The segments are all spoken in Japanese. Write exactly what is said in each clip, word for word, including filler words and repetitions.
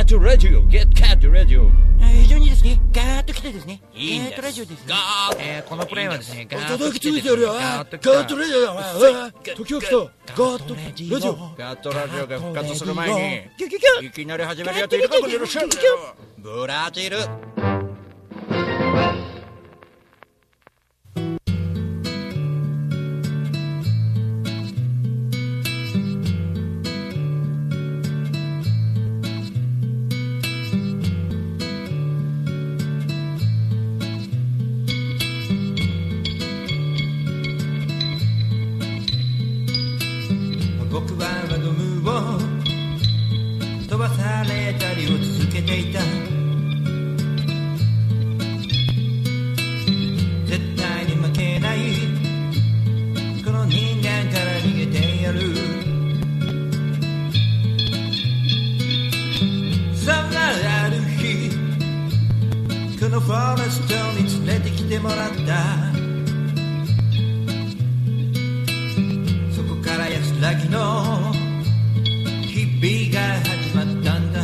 トラジオ、ゲットカットラジオ。 非常にですね、ガーッと来てですね、 いいんです。 ガーッとラジオですね。 ガーッ、 えー、このプレイはですね、ガーッと叩きつい来てですね、 てやるよ。 ガーッと来ガーッたとラジオだ。時を来た。ガーッとラジオ。 ガットラジオが復活する前にキュキュキュいきなり始めるやついるかもしれません。ブラジル。 僕は輪ゴムを飛ばされたりを続けていた。絶対に負けないこの人間から逃げてやる。そんなある日このフォレストに連れてきてもらった。安らぎの日々が始まったんだ。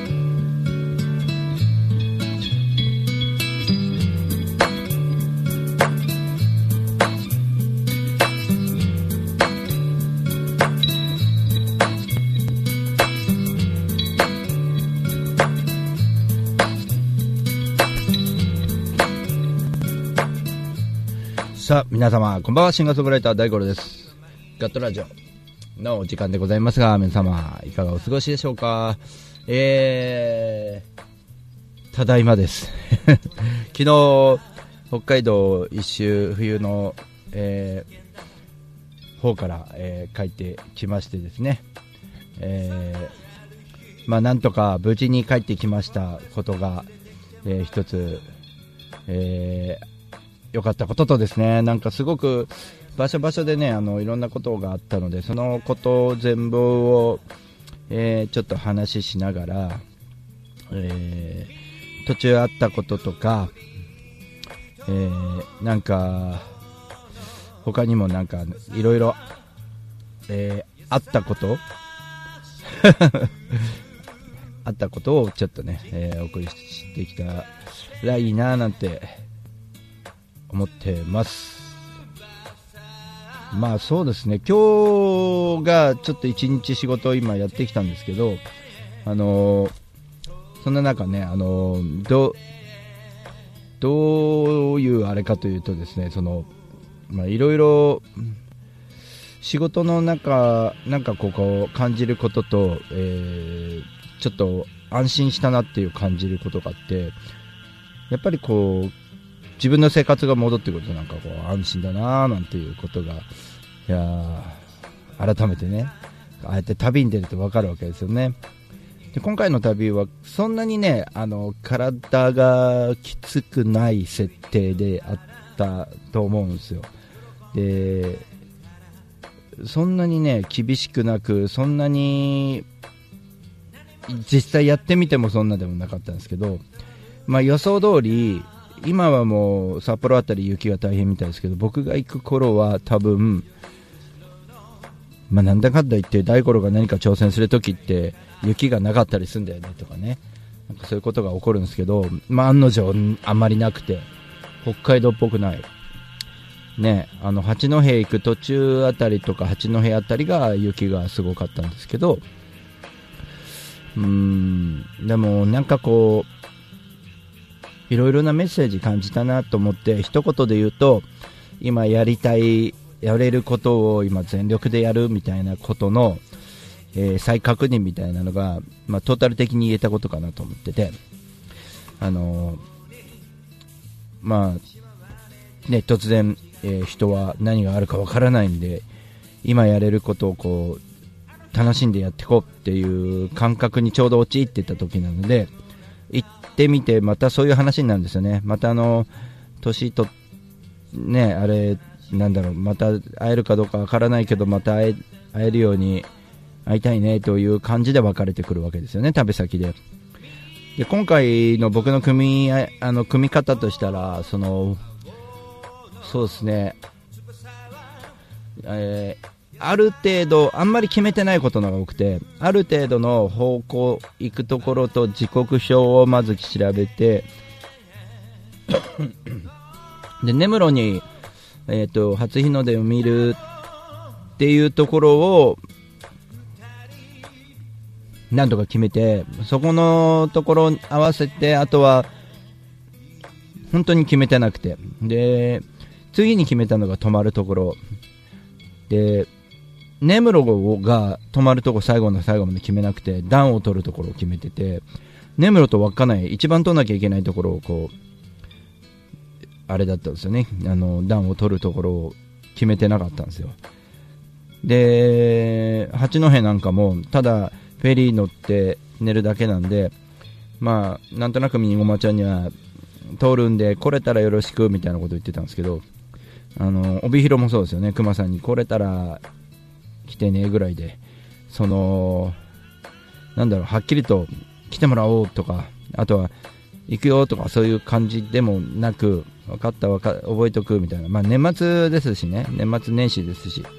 さあ皆様こんばんは、シンガーソングライター大五郎です。ガットラジオのお時間でございますが、皆様いかがお過ごしでしょうか。えー、ただいまです昨日北海道一周冬の、えー、方から、えー、帰ってきましてですね、えー、まあなんとか無事に帰ってきましたことが、えー、一つ、えー、良かったこととですね、なんかすごく場所場所でね、あのいろんなことがあったので、そのこと全部を、えー、ちょっと話ししながら、えー、途中あったこととか、えー、なんか他にもなんかいろいろあったことあったことをちょっとね、えー、お送りしてきたらいいななんて思ってます。まあそうですね、今日がちょっと一日仕事を今やってきたんですけど、あのー、そんな中ね、あのー、ど, どういうあれかというとですね、そのまあいろいろ仕事の中なんかこう感じることと、えー、ちょっと安心したなっていう感じることがあって、やっぱりこう自分の生活が戻ってくるとなんかこう安心だななんていうことが、いや改めてね、ああやって旅に出ると分かるわけですよね。で今回の旅はそんなにね、あの体がきつくない設定であったと思うんですよ。でそんなにね厳しくなく、そんなに実際やってみてもそんなでもなかったんですけど、まあ予想通り今はもう札幌あたり雪が大変みたいですけど、僕が行く頃は多分、まあ、なんだかんだ言って大五郎が何か挑戦するときって雪がなかったりするんだよねとかね、なんかそういうことが起こるんですけど、まあ、案の定あんまりなくて北海道っぽくないね。あの八戸行く途中あたりとか八戸あたりが雪がすごかったんですけど、うーんでもなんかこういろいろなメッセージ感じたなと思って、一言で言うと今やりたいやれることを今全力でやるみたいなことの、えー、再確認みたいなのが、まあ、トータル的に言えたことかなと思ってて、あのー、まあね、突然、えー、人は何があるかわからないんで、今やれることをこう楽しんでやっていこうっていう感覚にちょうど陥っていた時なので、行ってみてまたそういう話になるんですよね。またあの年とね、あれなんだろう、また会えるかどうかわからないけど、また会え、会えるように会いたいねという感じで分かれてくるわけですよね、旅先で。で今回の僕の組みあの組み方としたら、そのそうですね、えー、 ある程度あんまり決めてないことのが多くて、ある程度の方向行くところと時刻表をまず調べてで根室に、えーと、初日の出を見るっていうところを何とか決めて、そこのところに合わせて、あとは本当に決めてなくて、で次に決めたのが泊まるところで、根室が泊まるところ最後の最後まで決めなくて、暖を取るところを決めてて、根室と稚内一番取らなきゃいけないところをこうあれだったんですよね。あの暖を取るところを決めてなかったんですよ。で八戸なんかもただフェリー乗って寝るだけなんで、まあなんとなくミニゴマちゃんには通るんで来れたらよろしくみたいなこと言ってたんですけど、あの帯広もそうですよね。熊さんに来れたら来てねぐらいで、そのなんだろう、はっきりと来てもらおうとか、あとは行くよとかそういう感じでもなく、分かった分か覚えとくみたいな、まあ年末ですしね、年末年始ですし、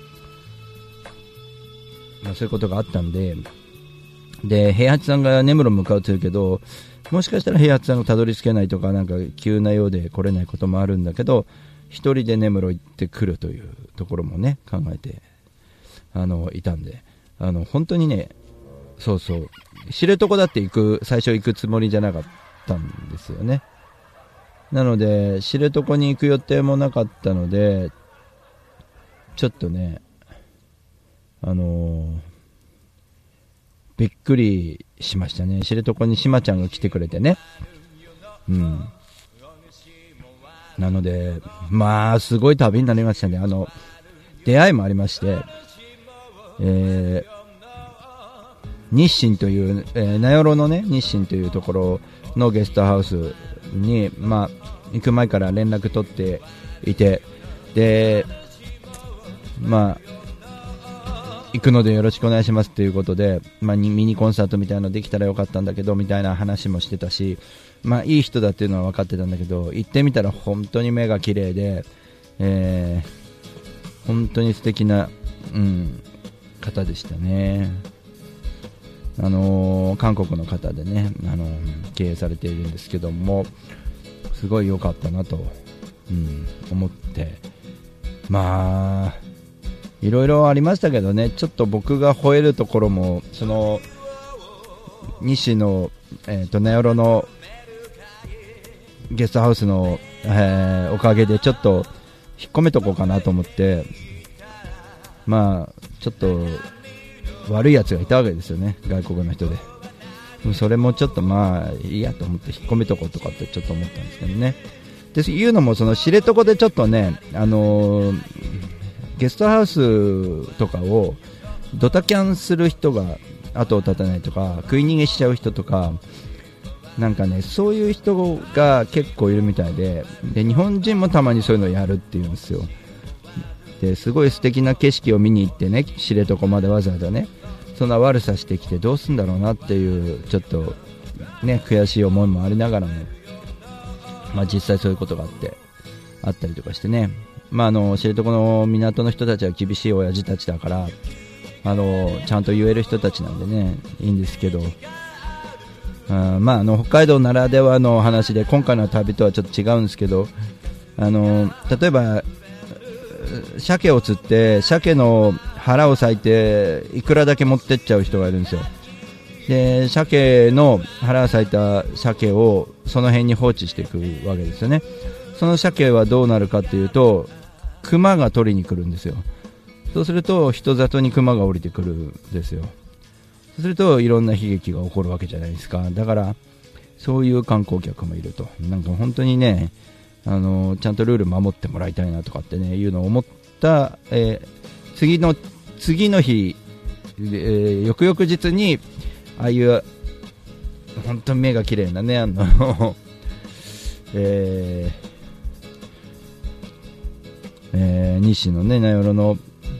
まあ、そういうことがあったんで、で平八さんが根室向かうというけど、もしかしたら平八さんがたどり着けないとか、なんか急なようで来れないこともあるんだけど、一人で根室行ってくるというところもね考えてあのいたんで、あの本当にね、そうそう、知床だって行く最初行くつもりじゃなかったんですよね。なので知床に行く予定もなかったので、ちょっとね、あのー、びっくりしましたね。知床にしまちゃんが来てくれてね、うん、なのでまあすごい旅になりましたね。あの出会いもありまして、えー、日清という、えー、名寄のね日清というところのゲストハウスに、まあ、行く前から連絡取っていて、でまあ行くのでよろしくお願いしますということで、まあ、ミニコンサートみたいなのできたらよかったんだけどみたいな話もしてたし、まあいい人だっていうのは分かってたんだけど、行ってみたら本当に目が綺麗で、えー、本当に素敵な、うん、方でしたね。あのー、韓国の方でね、あのー、経営されているんですけども、すごい良かったなと、うん、思って、まあいろいろありましたけどね、ちょっと僕が吠えるところも、その西の、えー、と名寄のゲストハウスの、えー、おかげでちょっと引っ込めとこうかなと思って、まあちょっと悪いやつがいたわけですよね、外国の人で。それもちょっとまあいいやと思って引っ込めとこうとかってちょっと思ったんですけどね。でいうのもその知床でちょっとね、あのー、ゲストハウスとかをドタキャンする人が後を絶たないとか、食い逃げしちゃう人とか、なんかね、そういう人が結構いるみたいで、で日本人もたまにそういうのをやるっていうんですよ。ですごい素敵な景色を見に行ってね、知床までわざわざね、そんな悪さしてきてどうすんだろうなっていうちょっとね悔しい思いもありながらも、まあ実際そういうことがあってあったりとかしてね、まああの知床の港の人たちは厳しい親父たちだから、あのちゃんと言える人たちなんでねいいんですけど、あまああの北海道ならではの話で、今回の旅とはちょっと違うんですけど、あの例えば鮭を釣って鮭の腹を裂いていくらだけ持ってっちゃう人がいるんですよ。で鮭の腹を裂いた鮭をその辺に放置していくわけですよね。その鮭はどうなるかっていうと、熊が取りに来るんですよ。そうすると人里に熊が降りてくるんですよ。そうするといろんな悲劇が起こるわけじゃないですか。だからそういう観光客もいると、なんか本当にね、あのちゃんとルール守ってもらいたいなとかってねいうのを思った、えー、次の次の日、えー、翌々日にああいう本当に目が綺麗なね、あのえーえー、西のね名寄の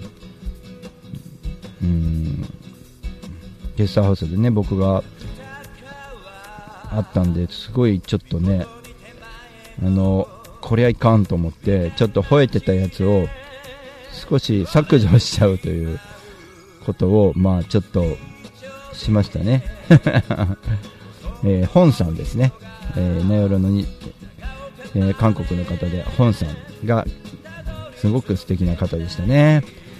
うんゲストハウスでね僕があったんで、すごいちょっとね、あのこりゃいかんと思ってちょっと吠えてたやつを少し削除しちゃうということをまあちょっとしましたね、えー、本さんですね、えー、ナヨロのに、えー、韓国の方で本さんがすごく素敵な方でしたね。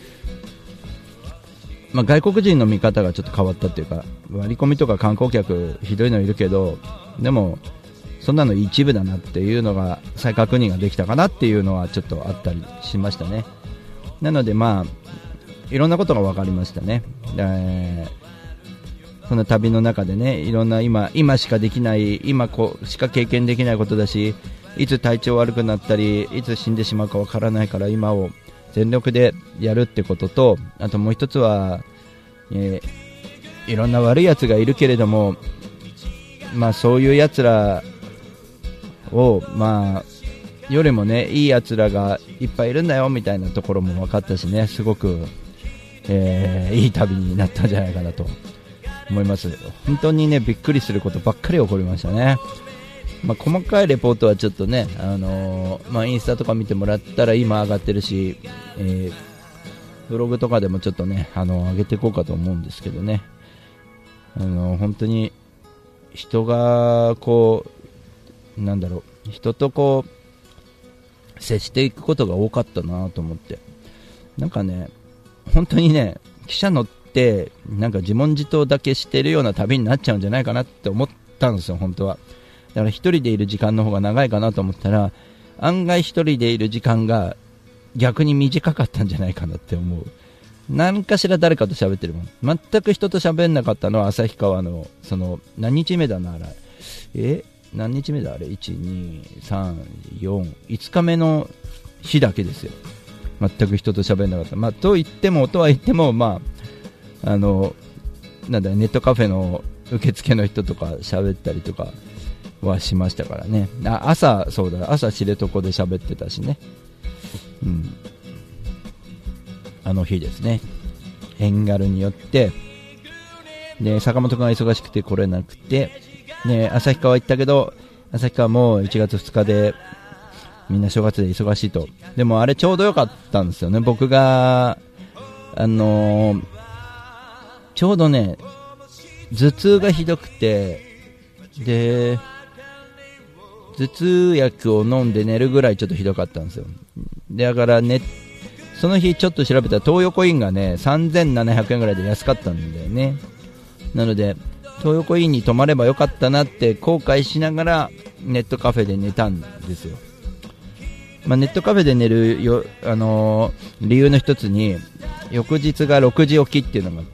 まあ、外国人の見方がちょっと変わったっていうか、割り込みとか観光客ひどいのいるけど、でもそんなの一部だなっていうのが再確認ができたかなっていうのはちょっとあったりしましたね。なのでまあいろんなことが分かりましたね。えー、その旅の中でね、いろんな今今しかできない今こうしか経験できないことだし、いつ体調悪くなったりいつ死んでしまうか分からないから今を全力でやるってことと、あともう一つは、えー、いろんな悪いやつがいるけれども、まあそういうやつらをまあよりもねいいやつらがいっぱいいるんだよみたいなところも分かったしね、すごく、えー、いい旅になったんじゃないかなと思います。本当にねびっくりすることばっかり起こりましたね。まあ、細かいレポートはちょっとね、あのーまあ、インスタとか見てもらったら今上がってるし、えー、ブログとかでもちょっとね、あのー、上げていこうかと思うんですけどね、あのー、本当に人がこうなんだろう人とこう接していくことが多かったなと思って、なんかね本当にね汽車乗ってなんか自問自答だけしてるような旅になっちゃうんじゃないかなって思ったんですよ本当は。だから一人でいる時間の方が長いかなと思ったら、案外一人でいる時間が逆に短かったんじゃないかなって思う。何かしら誰かと喋ってるもん。全く人と喋んなかったのは旭川のその何日目だなあれえ何日目だあれいち、に、さん、よん、いつかめの日だけですよ。全く人と喋んなかった。まあと言ってもとは言ってもまああのなんだネットカフェの受付の人とか喋ったりとかはしましたからね。あ朝そうだ朝知床で喋ってたしね、うん、あの日ですね遠軽によってで坂本君が忙しくて来れなくて、ね、旭川行ったけど旭川もいちがつふつかでみんな正月で忙しいと。でもあれちょうど良かったんですよね。僕があのー、ちょうどね頭痛がひどくて、で頭痛薬を飲んで寝るぐらいちょっとひどかったんですよ。だからねその日ちょっと調べたら東横インがねさんぜんななひゃくえんぐらいで安かったんだよね。なので東横インに泊まればよかったなって後悔しながらネットカフェで寝たんですよ。まあ、ネットカフェで寝るよ、あのー、理由の一つに翌日がろくじ起きっていうのがあって、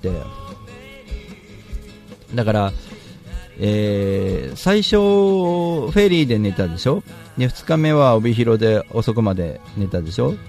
だからえー、最初フェリーで寝たでしょ。でふつかめは帯広で遅くまで寝たでしょ。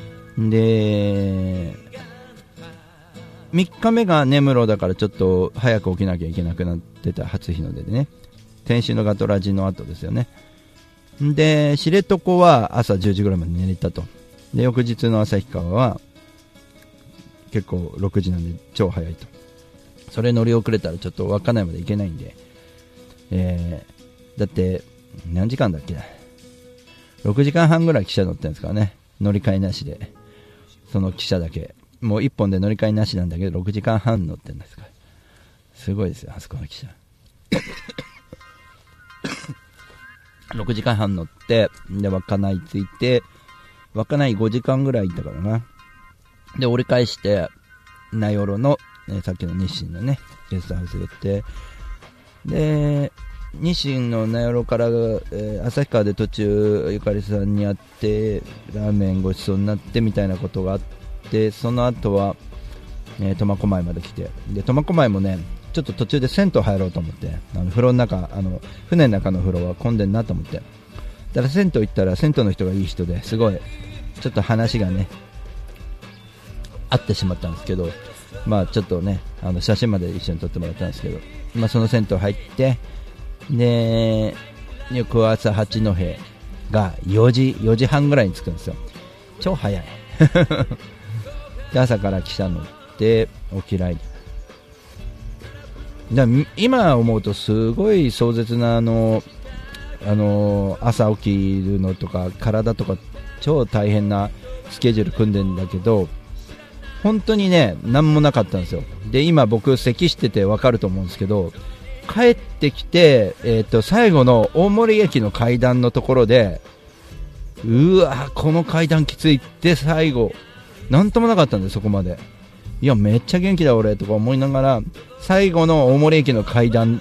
でみっかめが根室だからちょっと早く起きなきゃいけなくなってた初日の出でね、天使のガトラジの後ですよね。で知床は朝じゅうじぐらいまで寝れたと。で翌日の旭川は結構ろくじなんで超早いと。それ乗り遅れたらちょっと稚内まで行けないんで、えー、だって何時間だっけなろくじかんはんぐらい汽車乗ってるんですからね、乗り換えなしで。その汽車だけもういっぽんで乗り換えなしなんだけどろくじかんはん乗ってるんですから、すごいですよあそこの汽車ろくじかんはん乗ってで稚内着いて、稚内ごじかんぐらい行ったからな。で折り返して名寄の、ね、さっきの日清のねゲストハウス寄って、で日清の名寄から、えー、旭川で途中ゆかりさんに会ってラーメンごちそうになってみたいなことがあって、その後は、ね、苫小牧まで来て、で苫小牧もねちょっと途中で銭湯入ろうと思って、あの風呂の中あの船の中の風呂は混んでんなと思って、だから銭湯行ったら銭湯の人がいい人ですごいちょっと話がね合ってしまったんですけど、まあちょっとねあの写真まで一緒に撮ってもらったんですけど、まあ、その銭湯入ってで翌朝八戸がよじはんぐらいに着くんですよ。超早いで朝から汽車乗っておきらいだ今思うとすごい壮絶なあのあの朝起きるのとか体とか超大変なスケジュール組んでんだけど、本当にね何もなかったんですよ。で今僕咳してて分かると思うんですけど、帰ってきて、えー、と最後の大森駅の階段のところで、うわこの階段きついって最後なんともなかったんで、そこまでいやめっちゃ元気だ俺とか思いながら、最後の大森駅の階段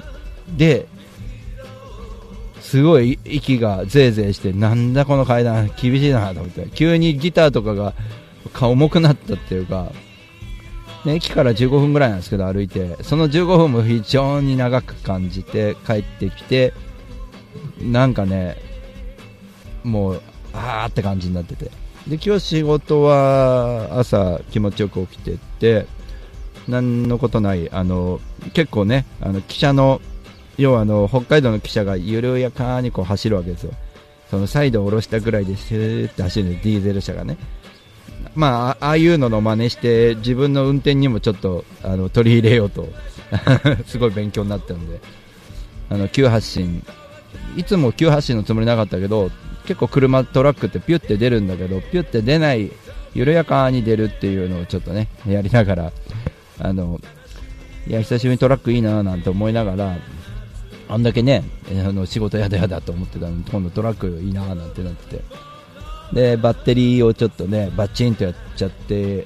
ですごい息がぜいぜいして、なんだこの階段厳しいなと思って、急にギターとかが重くなったっていうか、ね、駅からじゅうごふんぐらいなんですけど歩いて、そのじゅうごふんも非常に長く感じて帰ってきて、なんかねもうあーって感じになってて、で今日仕事は朝気持ちよく起きてって何のことない、あの結構ねあの汽車の要はあの北海道の汽車が緩やかにこう走るわけですよ。そのサイドを下ろしたぐらいでシューって走るんです、ディーゼル車がね。まあああいうのの真似して自分の運転にもちょっとあの取り入れようとすごい勉強になったので、あの急発進、いつも急発進のつもりなかったけど、結構車トラックってピュって出るんだけど、ピュって出ない緩やかに出るっていうのをちょっとねやりながら、あのいや久しぶりにトラックいいななんて思いながら、あんだけねあの仕事やだやだと思ってたのに今度トラックいいななんてなってて、でバッテリーをちょっとねバッチンとやっちゃって、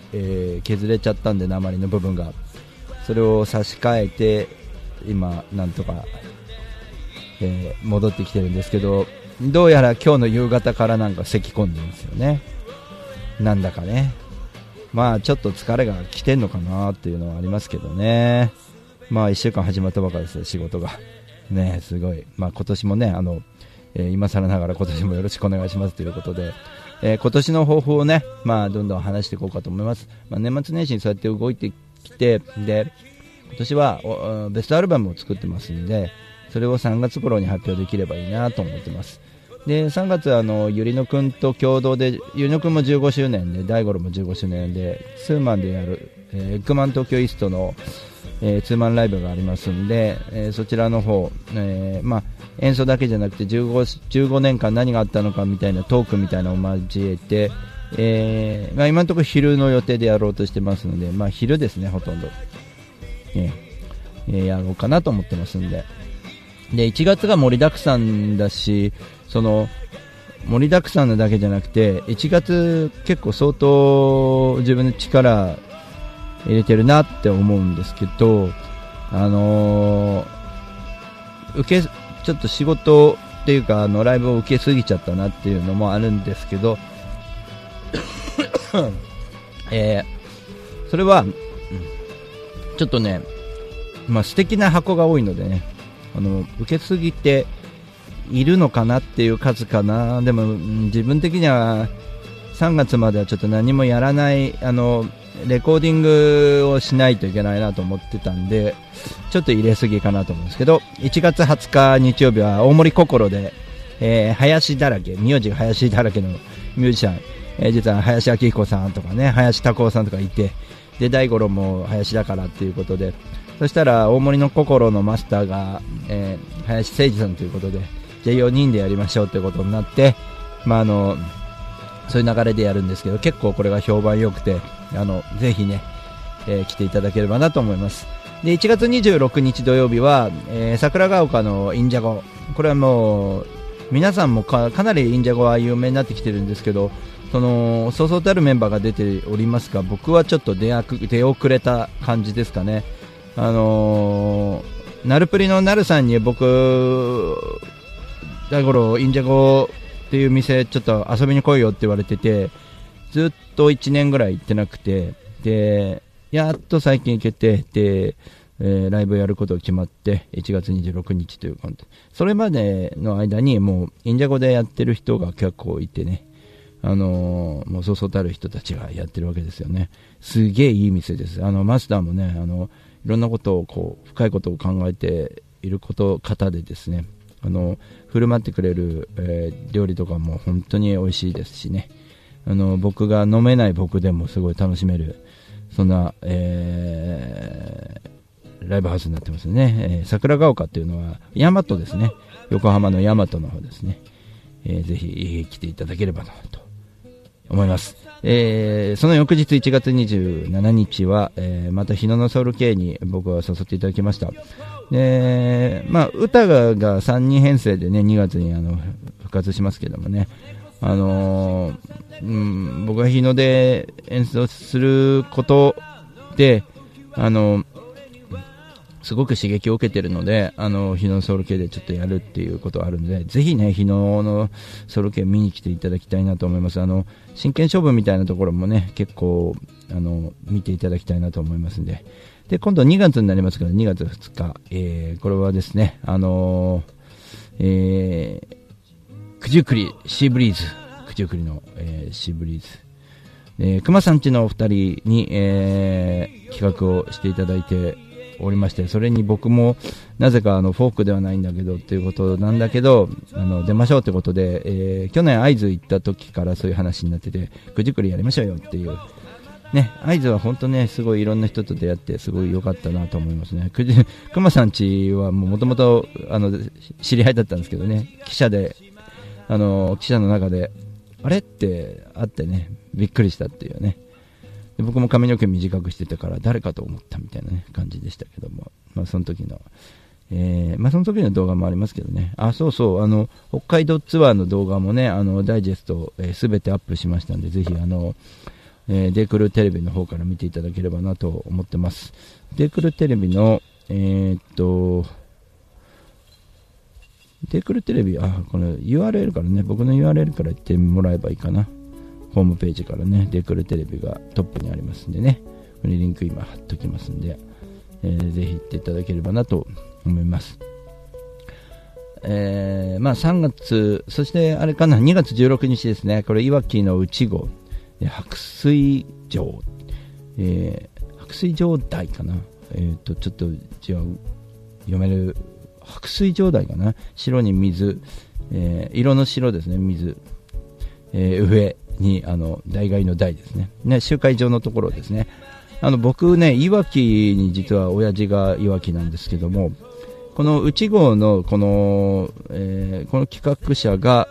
えー、削れちゃったんで鉛の部分が、それを差し替えて今なんとか、えー、戻ってきてるんですけど、どうやら今日の夕方からなんか咳込んでるんですよね。なんだかね、まあちょっと疲れが来てんのかなっていうのはありますけどね。まあいっしゅうかん始まったばかりですよ、仕事がね。すごい、まあ今年もねあのえー、今更ながら今年もよろしくお願いしますということで、えー、今年の抱負をね、まあ、どんどん話していこうかと思います。まあ、年末年始にそうやって動いてきて、で今年はベストアルバムを作ってますんで、それをさんがつ頃に発表できればいいなと思ってます。でさんがつはあのゆりのくんと共同で、ゆりのくんもじゅうごしゅうねんで大五郎もじゅうごしゅうねんでツーマンでやる、えー、エッグマン東京イーストのえー、ツーマンライブがありますんで、えー、そちらの方、えーまあ、演奏だけじゃなくてじゅうご、じゅうごねんかん何があったのかみたいなトークみたいなのを交えて、えーまあ、今のところ昼の予定でやろうとしてますので、まあ、昼ですねほとんど、えーえー、やろうかなと思ってますんで、でいちがつが盛りだくさんだし、その盛りだくさんなだけじゃなくていちがつ結構相当自分の力入れてるなって思うんですけど、あのー、受けちょっと仕事っていうかあのライブを受けすぎちゃったなっていうのもあるんですけど、えー、それはちょっとね、まあ、素敵な箱が多いのでね、あの受けすぎているのかなっていう数かな。でも自分的にはさんがつまではちょっと何もやらない、あのレコーディングをしないといけないなと思ってたんで、ちょっと入れすぎかなと思うんですけど、いちがつはつか日曜日は大森心で、えー、林だらけ、名字が林だらけのミュージシャン、えー、実は林明彦さんとかね、林孝夫さんとかいて、で大五郎も林だからっていうことで、そしたら大森の心のマスターが、えー、林誠二さんということで、じゃあよにんでやりましょうということになって、まああのそういう流れでやるんですけど、結構これが評判良くて、あのぜひね、えー、来ていただければなと思います。でいちがつにじゅうろくにち土曜日は、えー、桜ヶ丘のインジャゴ、これはもう皆さんも か, かなりインジャゴは有名になってきてるんですけど、そのそうそうたるメンバーが出ておりますが、僕はちょっと 出, 出遅れた感じですかね。あのー、ナルプリのナルさんに僕大五郎インジャゴっていう店ちょっと遊びに来いよって言われてて、ずっといちねんぐらい行ってなくて、でやっと最近行けて、で、えー、ライブやることが決まっていちがつにじゅうろくにちという感じ、それまでの間にもうインジャゴでやってる人が結構いてね、あのー、もうそうそうたる人たちがやってるわけですよね。すげえいい店です。あのマスターもね、あのいろんなことをこう深いことを考えていること方でですね、あの振る舞ってくれる、えー、料理とかも本当に美味しいですしね、あの僕が飲めない僕でもすごい楽しめる、そんな、えー、ライブハウスになってますね。えー、桜ヶ丘っていうのは大和ですね、横浜の大和の方ですね。えー、ぜひ来ていただければなと思います。 えー、その翌日いちがつにじゅうしちにちは、えー、また日野のソウル系に僕は誘っていただきました。で、まあ、歌ががさんにん編成でね、にがつにあの復活しますけどもね、あのーうん、僕が日野で演奏することで、あのー、すごく刺激を受けてるので、あの日野のソウル系でちょっとやるっていうことがあるので、ぜひね、日野のソウル系見に来ていただきたいなと思います。あの真剣勝負みたいなところもね、結構あの見ていただきたいなと思いますんで。で、今度にがつになりますから、にがつふつか、えー、これはですね、あのー、えー、九十九里シーブリーズ、九十九里の、えー、シーブリーズ、えー、熊さんちのお二人に、えー、企画をしていただいておりまして、それに僕もなぜかあのフォークではないんだけどっていうことなんだけど、あの出ましょうということで、えー、去年会津行った時からそういう話になってて、九十九里やりましょうよっていうね、会津は本当ね、すごいいろんな人と出会ってすごい良かったなと思いますね。熊さんちはもともと知り合いだったんですけどね、記者であの記者の中であれってあってね、びっくりしたっていうね。で僕も髪の毛短くしてたから誰かと思ったみたいな、ね、感じでしたけども、まあ、その時の、えーまあ、その時の動画もありますけどね。あ、そうそう、あの北海道ツアーの動画もね、あのダイジェストすべ、えー、てアップしましたんで、ぜひあの、えー、デークルテレビの方から見ていただければなと思ってます。デークルテレビのえー、っとデークルテレビ、あ、この ユーアールエル からね、僕の ユーアールエル から言ってもらえばいいかな。ホームページからね、デークルテレビがトップにありますんでね、これリンク今貼っときますんで、えー、ぜひ行っていただければなと思います。えー、まあさんがつ、そしてあれかな、にがつじゅうろくにちですね、これいわきの内郷、白水城、えー、白水城台かな、えーと、ちょっと違う、読める、白水城台かな、白に水、えー、色の白ですね、水、えー、上にあの大概の台ですね、ね、集会場のところですね。あの僕ね、いわきに実は親父がいわきなんですけども、この内郷のこの、えー、この企画者が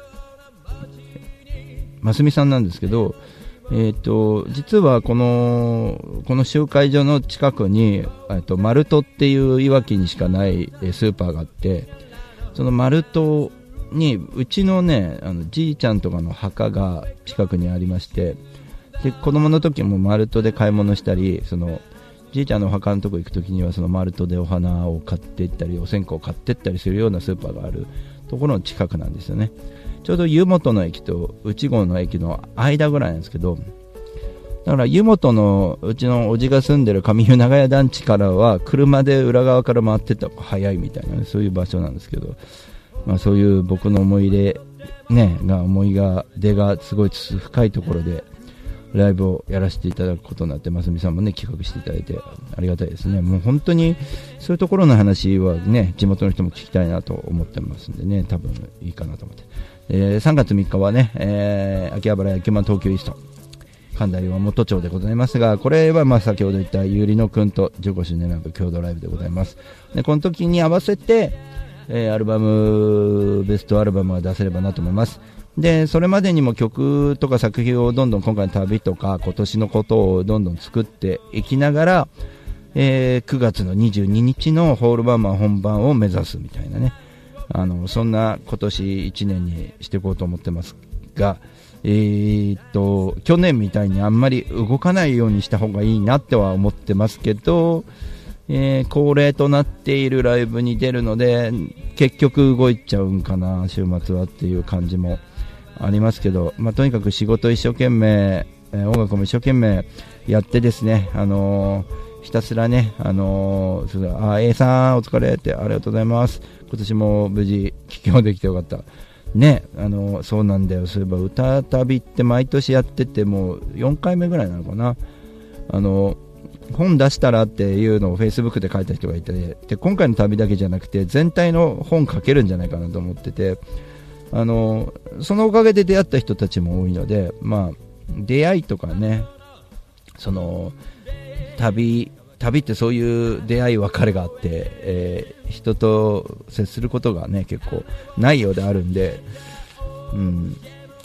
ますみさんなんですけど、えー、と実はこのこの集会所の近くに、えー、とマルトっていういわきにしかないスーパーがあって、そのマルトにうちのね、あのじいちゃんとかの墓が近くにありまして、で子供の時もマルトで買い物したり、そのじいちゃんの墓のとこ行く時にはそのマルトでお花を買っていったりお線香を買っていったりするようなスーパーがあるところの近くなんですよね。ちょうど湯本の駅と内郷の駅の間ぐらいなんですけど、だから湯本のうちのおじが住んでる上湯長屋団地からは車で裏側から回ってった方が早いみたいな、ね、そういう場所なんですけど、まあ、そういう僕の思い出、ね、が思いが出がすごい深いところでライブをやらせていただくことになって、ますみさんもね企画していただいてありがたいですね。もう本当にそういうところの話はね、地元の人も聞きたいなと思ってますんでね、多分いいかなと思って、えー、さんがつみっかはね、えー、秋葉原野球マン東京イースト神田岩本町でございますが、これはまあ先ほど言ったゆりのくんとじゅうごしゅうねんライブ共同ライブでございます。でこの時に合わせて、えー、アルバムベストアルバムが出せればなと思います。でそれまでにも曲とか作品をどんどん今回の旅とか今年のことをどんどん作っていきながら、えー、くがつのにじゅうににちのホールバーマン本番を目指すみたいなね、あのそんな今年いちねんにしていこうと思ってますが、えー、っと去年みたいにあんまり動かないようにした方がいいなっては思ってますけど、えー、恒例となっているライブに出るので結局動いちゃうんかな週末はっていう感じもありますけど、まあ、とにかく仕事一生懸命、えー、音楽も一生懸命やってですね、あのー、ひたすらね、あのー、あ A さんお疲れってありがとうございます、今年も無事帰郷できてよかったね、あのー、そうなんだよ、そういえば歌旅って毎年やっててもうよんかいめぐらいなのかな、あのー、本出したらっていうのを Facebook で書いた人がいて、で今回の旅だけじゃなくて全体の本書けるんじゃないかなと思ってて、あのそのおかげで出会った人たちも多いので、まあ、出会いとかね、その旅旅ってそういう出会い別れがあって、えー、人と接することがね結構ないようであるんで、うん、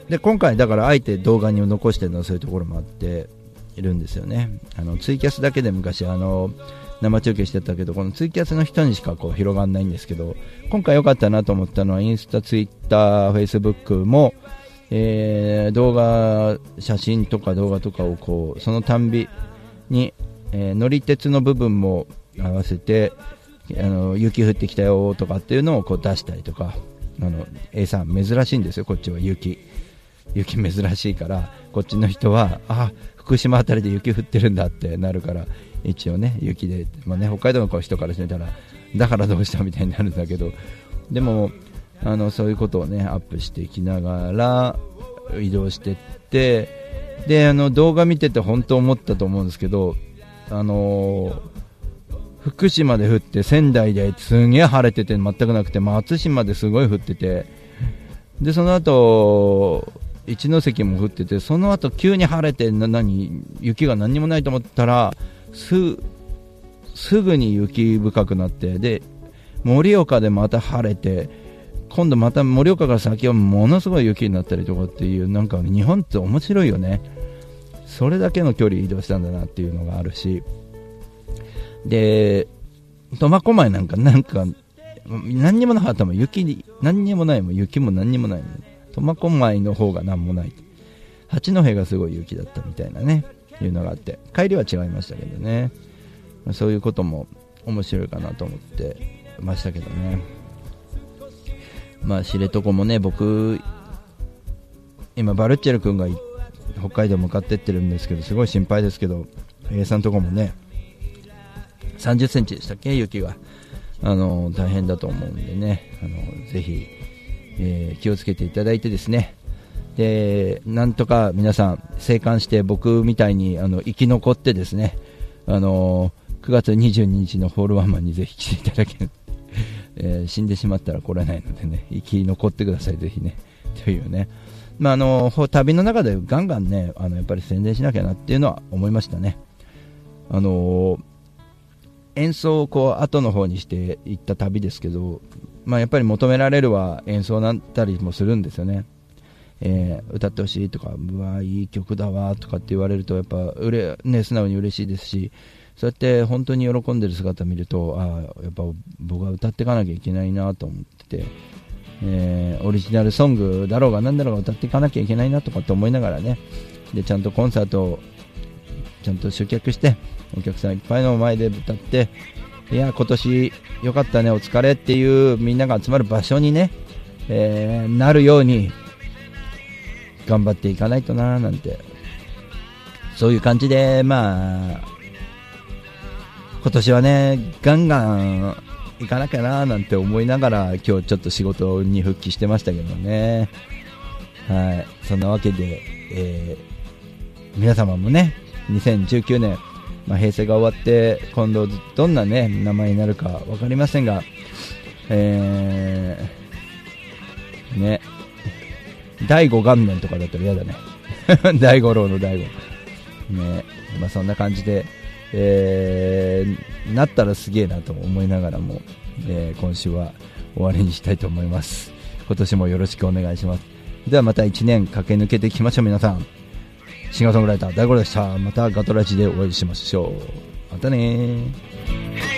で今回だからあえて動画に残してるのはそういうところもあっているんですよね。あのツイキャスだけで昔あの生中継してたけど、このツイキャスの人にしかこう広がらないんですけど、今回良かったなと思ったのはインスタ、ツイッター、フェイスブックも、えー、動画、写真とか動画とかをこうそのたんびに、えー、乗り鉄の部分も合わせて、あの雪降ってきたよとかっていうのをこう出したりとか、あの A さん珍しいんですよ、こっちは雪雪珍しいから、こっちの人はあ福島あたりで雪降ってるんだってなるから、一応ね雪で、まあね、北海道の人からしてみたらだからどうしたみたいになるんだけど、でもあのそういうことをねアップしていきながら移動していって、であの動画見てて本当思ったと思うんですけど、あのー、福島で降って仙台ですげえ晴れてて全くなくて、松島ですごい降ってて、でその後一関も降ってて、その後急に晴れてな何雪が何にもないと思ったらす, すぐに雪深くなって、で盛岡でまた晴れて、今度また盛岡から先はものすごい雪になったりとかっていう、なんか日本って面白いよね。それだけの距離移動したんだなっていうのがあるし、で苫小牧なんかなんか何にもなかったもん、雪に何にもないもん、雪も何にもないもん。苫小牧の方が何もない、八戸がすごい雪だったみたいなねいうのがあって、帰りは違いましたけどね、そういうことも面白いかなと思ってましたけどね。まあ知床もね、僕今バルッチェル君が北海道向かってってるんですけど、すごい心配ですけど、 A さんとこもねさんじゅっセンチでしたっけ雪が、あの大変だと思うんでね、あのぜひ、えー、気をつけていただいてですね、でなんとか皆さん生還して僕みたいにあの生き残ってですね、あのくがつにじゅうににちのホールワンマンにぜひ来ていただける、えー、死んでしまったら来れないのでね、生き残ってくださいぜひねというね、まあ、あの旅の中でガンガンねあのやっぱり宣伝しなきゃなっていうのは思いましたね。あの演奏をこう後の方にしていった旅ですけど、まあ、やっぱり求められるは演奏だったりもするんですよね。えー、歌ってほしいとか、うわいい曲だわとかって言われるとやっぱうれ、ね、素直に嬉しいですし、そうやって本当に喜んでる姿を見ると、あやっぱ僕は歌っていかなきゃいけないなと思ってて、えー、オリジナルソングだろうが何だろうが歌っていかなきゃいけないなとかって思いながらね、でちゃんとコンサートをちゃんと集客してお客さんいっぱいの前で歌って、いや今年よかったねお疲れっていうみんなが集まる場所にね、えー、なるように頑張っていかないとななんて、そういう感じで、まあ今年はねガンガン行かなきゃななんて思いながら今日ちょっと仕事に復帰してましたけどね。はい、そんなわけで、えー、皆様もねにせんじゅうきゅうねん、まあ、平成が終わって今度どんなね名前になるか分かりませんが、えー、ねだいご元年とかだったら嫌だね大五郎の大五ね、まあ、そんな感じで、えー、なったらすげえなと思いながらも、えー、今週は終わりにしたいと思います。今年もよろしくお願いします。ではまたいちねん駆け抜けていきましょう。皆さん、シンガーソングライター大五郎でした。またガトラジでお会いしましょう。またねー。